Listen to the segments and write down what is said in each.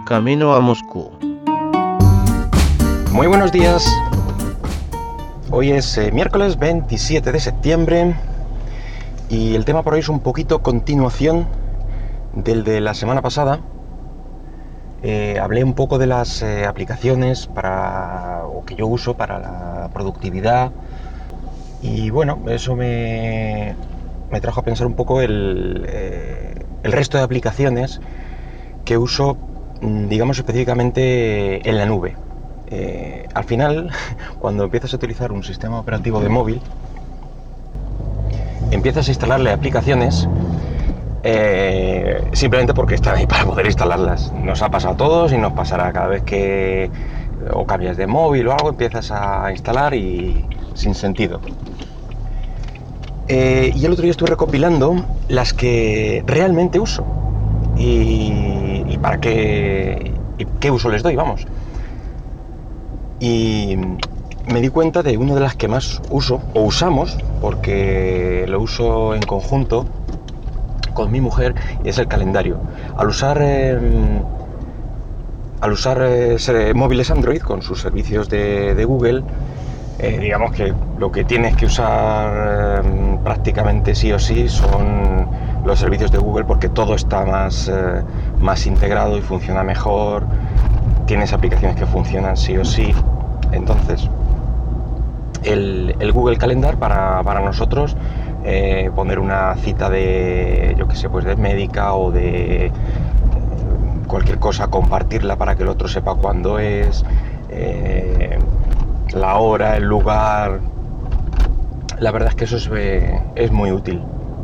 camino a Moscú. Muy buenos días. Hoy es miércoles 27 de septiembre y el tema por hoy es un poquito continuación del de la semana pasada. Hablé un poco de las aplicaciones que yo uso para la productividad y bueno, eso me trajo a pensar un poco el resto de aplicaciones que uso, digamos específicamente en la nube. Al final, cuando empiezas a utilizar un sistema operativo de móvil, empiezas a instalarle aplicaciones simplemente porque están ahí para poder instalarlas. Nos ha pasado a todos y nos pasará cada vez que o cambias de móvil o algo, empiezas a instalar y sin sentido. Y el otro día estuve recopilando las que realmente uso y para qué uso les doy, vamos. Y me di cuenta de una de las que más uso, o usamos, porque lo uso en conjunto con mi mujer, y es el calendario. Al usar móviles Android con sus servicios de Google, digamos que lo que tienes que usar prácticamente sí o sí son los servicios de Google, porque todo está más integrado y funciona mejor. Tienes aplicaciones que funcionan sí o sí. Entonces el Google Calendar para nosotros, poner una cita de, yo qué sé, pues de médica o de cualquier cosa, compartirla para que el otro sepa cuándo es, la hora, el lugar. La verdad es que eso es muy útil.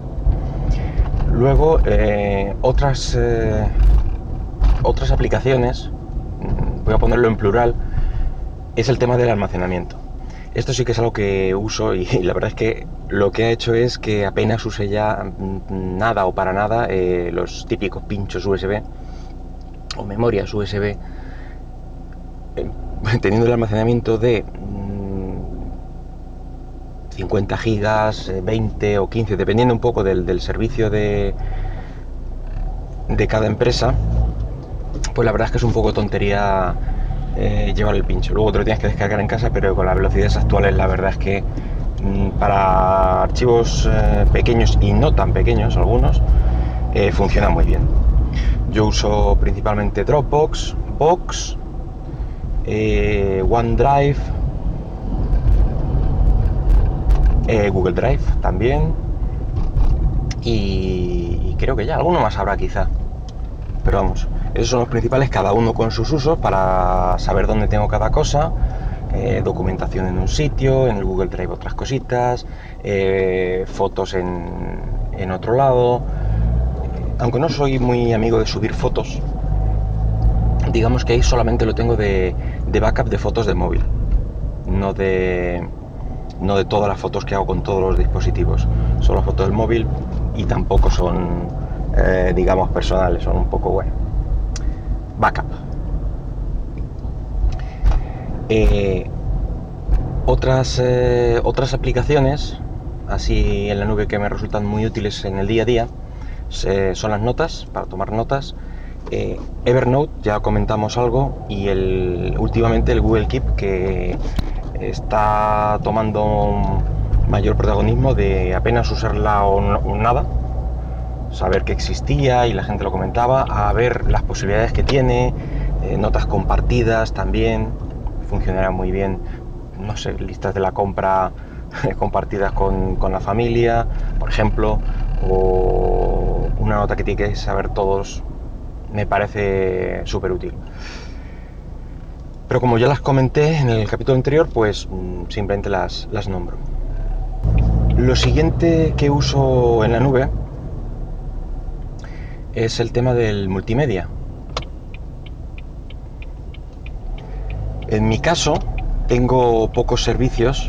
Luego otras aplicaciones, voy a ponerlo en plural, es el tema del almacenamiento. Esto sí que es algo que uso y la verdad es que lo que ha hecho es que apenas use ya nada o para nada los típicos pinchos USB o memorias USB, teniendo el almacenamiento de 50 gigas, 20 o 15, dependiendo un poco del servicio de cada empresa. Pues la verdad es que es un poco tontería llevar el pincho. Luego te lo tienes que descargar en casa, pero con las velocidades actuales la verdad es que para archivos pequeños y no tan pequeños algunos, funciona muy bien. Yo uso principalmente Dropbox, Box, OneDrive, Google Drive también, y creo que ya alguno más habrá quizá, pero vamos, esos son los principales, cada uno con sus usos para saber dónde tengo cada cosa. Documentación en un sitio, en el Google Drive otras cositas, fotos en otro lado. Aunque no soy muy amigo de subir fotos, digamos que ahí solamente lo tengo de backup de fotos de móvil, no de todas las fotos que hago con todos los dispositivos. Son las fotos del móvil y tampoco son digamos personales, son un poco, bueno, backup. Otras aplicaciones así en la nube que me resultan muy útiles en el día a día son las notas, para tomar notas. Evernote, ya comentamos algo, y últimamente el Google Keep, que está tomando mayor protagonismo de apenas usarla o nada, saber que existía y la gente lo comentaba, a ver las posibilidades que tiene, notas compartidas también, funcionará muy bien, no sé, listas de la compra compartidas con la familia, por ejemplo, o una nota que tiene que saber todos, me parece súper útil. Pero como ya las comenté en el capítulo anterior, pues simplemente las nombro. Lo siguiente que uso en la nube es el tema del multimedia. En mi caso, tengo pocos servicios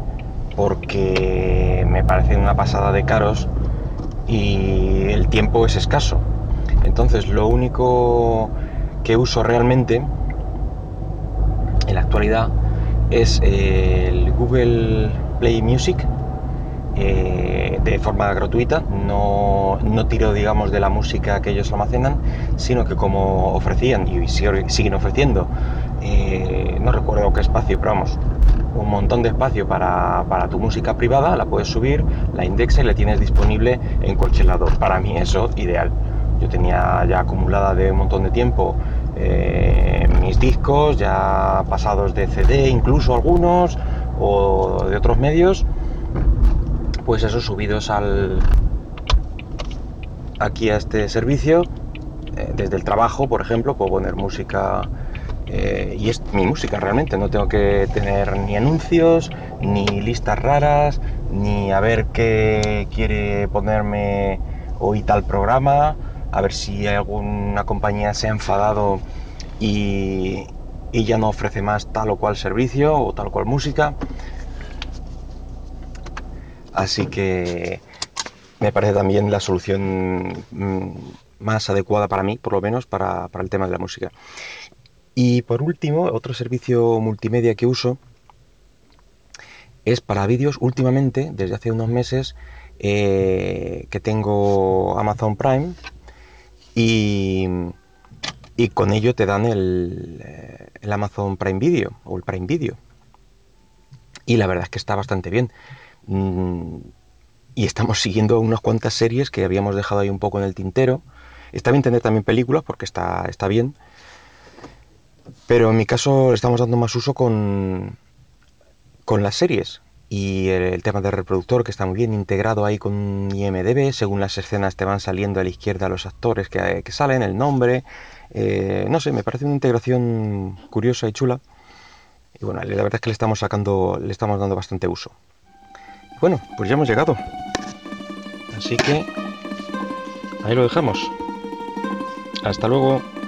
porque me parecen una pasada de caros y el tiempo es escaso. Entonces, lo único que uso realmente en la actualidad es el Google Play Music de de forma gratuita, no tiro, digamos, de la música que ellos almacenan, sino que como ofrecían y siguen ofreciendo, no recuerdo qué espacio, pero vamos, un montón de espacio para tu música privada, la puedes subir, la indexas y la tienes disponible en cualquier lado. Para mí eso, ideal. Yo tenía ya acumulada de un montón de tiempo mis discos, ya pasados de CD incluso algunos, o de otros medios, pues eso, subidos aquí a este servicio. Desde el trabajo, por ejemplo, puedo poner música, y es mi música realmente, no tengo que tener ni anuncios, ni listas raras, ni a ver qué quiere ponerme hoy tal programa, a ver si alguna compañía se ha enfadado y ya no ofrece más tal o cual servicio o tal o cual música. Así que me parece también la solución más adecuada para mí, por lo menos, para el tema de la música. Y por último, otro servicio multimedia que uso es para vídeos. Últimamente, desde hace unos meses, que tengo Amazon Prime y, con ello te dan el Amazon Prime Video o el Prime Video. Y la verdad es que está bastante bien. Y estamos siguiendo unas cuantas series que habíamos dejado ahí un poco en el tintero. Está bien tener también películas porque está bien. Pero en mi caso le estamos dando más uso con las series. Y el tema del reproductor, que está muy bien integrado ahí con IMDb, según las escenas te van saliendo a la izquierda los actores que salen, el nombre. No sé, me parece una integración curiosa y chula. Y bueno, la verdad es que le estamos dando bastante uso. Bueno, pues ya hemos llegado. Así que ahí lo dejamos. Hasta luego.